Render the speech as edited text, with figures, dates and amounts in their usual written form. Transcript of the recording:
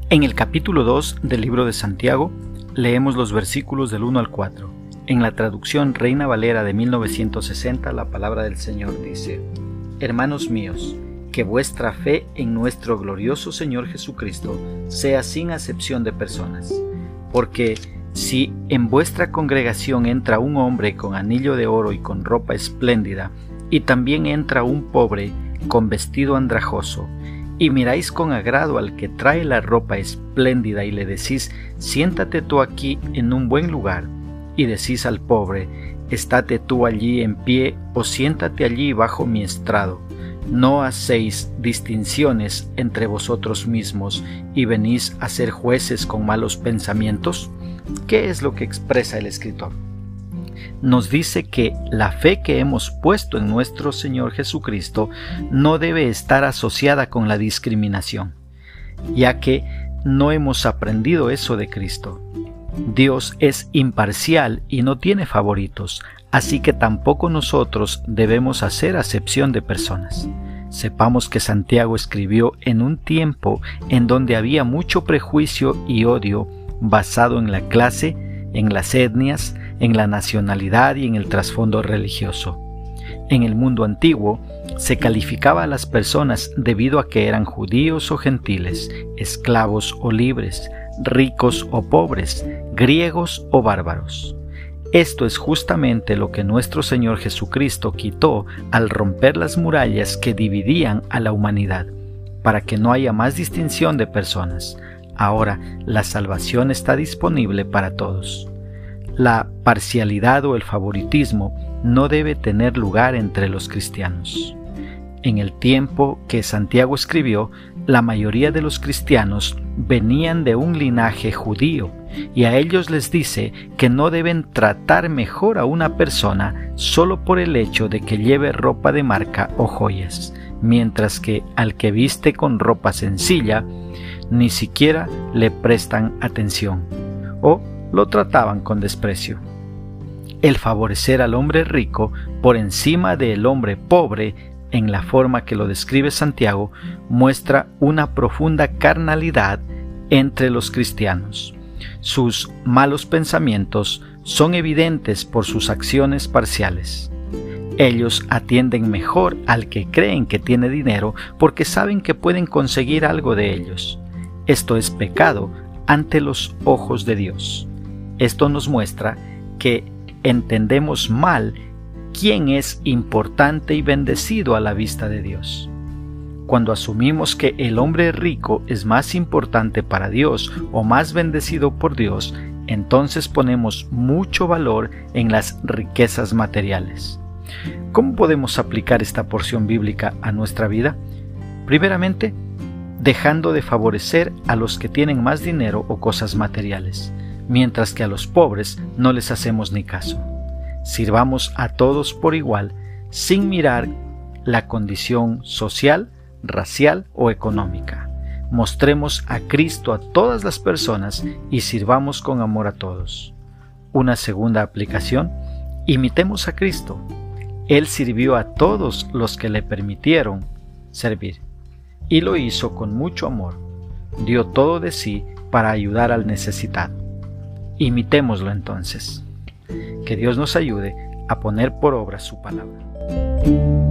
En el capítulo 2 del libro de Santiago, leemos los versículos del 1 al 4. En la traducción Reina Valera de 1960, la palabra del Señor dice: Hermanos míos, que vuestra fe en nuestro glorioso Señor Jesucristo sea sin acepción de personas. Porque si en vuestra congregación entra un hombre con anillo de oro y con ropa espléndida, y también entra un pobre con vestido andrajoso, y miráis con agrado al que trae la ropa espléndida y le decís: siéntate tú aquí en un buen lugar, y decís al pobre: estate tú allí en pie, o siéntate allí bajo mi estrado, ¿no hacéis distinciones entre vosotros mismos y venís a ser jueces con malos pensamientos? ¿Qué es lo que expresa el escritor? Nos dice que la fe que hemos puesto en nuestro Señor Jesucristo no debe estar asociada con la discriminación, ya que no hemos aprendido eso de Cristo. Dios es imparcial y no tiene favoritos, así que tampoco nosotros debemos hacer acepción de personas. Sepamos que Santiago escribió en un tiempo en donde había mucho prejuicio y odio basado en la clase, en las etnias, en la nacionalidad y en el trasfondo religioso. En el mundo antiguo se calificaba a las personas debido a que eran judíos o gentiles, esclavos o libres, ricos o pobres, griegos o bárbaros. Esto es justamente lo que nuestro Señor Jesucristo quitó al romper las murallas que dividían a la humanidad, para que no haya más distinción de personas. Ahora la salvación está disponible para todos. La parcialidad o el favoritismo no debe tener lugar entre los cristianos. En el tiempo que Santiago escribió, la mayoría de los cristianos venían de un linaje judío, y a ellos les dice que no deben tratar mejor a una persona solo por el hecho de que lleve ropa de marca o joyas, mientras que al que viste con ropa sencilla, ni siquiera le prestan atención, o lo trataban con desprecio. El favorecer al hombre rico por encima del hombre pobre, en la forma que lo describe Santiago, muestra una profunda carnalidad entre los cristianos. Sus malos pensamientos son evidentes por sus acciones parciales. Ellos atienden mejor al que creen que tiene dinero porque saben que pueden conseguir algo de ellos. Esto es pecado ante los ojos de Dios. Esto nos muestra que entendemos mal quién es importante y bendecido a la vista de Dios. Cuando asumimos que el hombre rico es más importante para Dios o más bendecido por Dios, entonces ponemos mucho valor en las riquezas materiales. ¿Cómo podemos aplicar esta porción bíblica a nuestra vida? Primeramente, dejando de favorecer a los que tienen más dinero o cosas materiales, mientras que a los pobres no les hacemos ni caso. Sirvamos a todos por igual, sin mirar la condición social, racial o económica. Mostremos a Cristo a todas las personas y sirvamos con amor a todos. Una segunda aplicación: imitemos a Cristo. Él sirvió a todos los que le permitieron servir, y lo hizo con mucho amor. Dio todo de sí para ayudar al necesitado. Imitémoslo entonces. Que Dios nos ayude a poner por obra su palabra.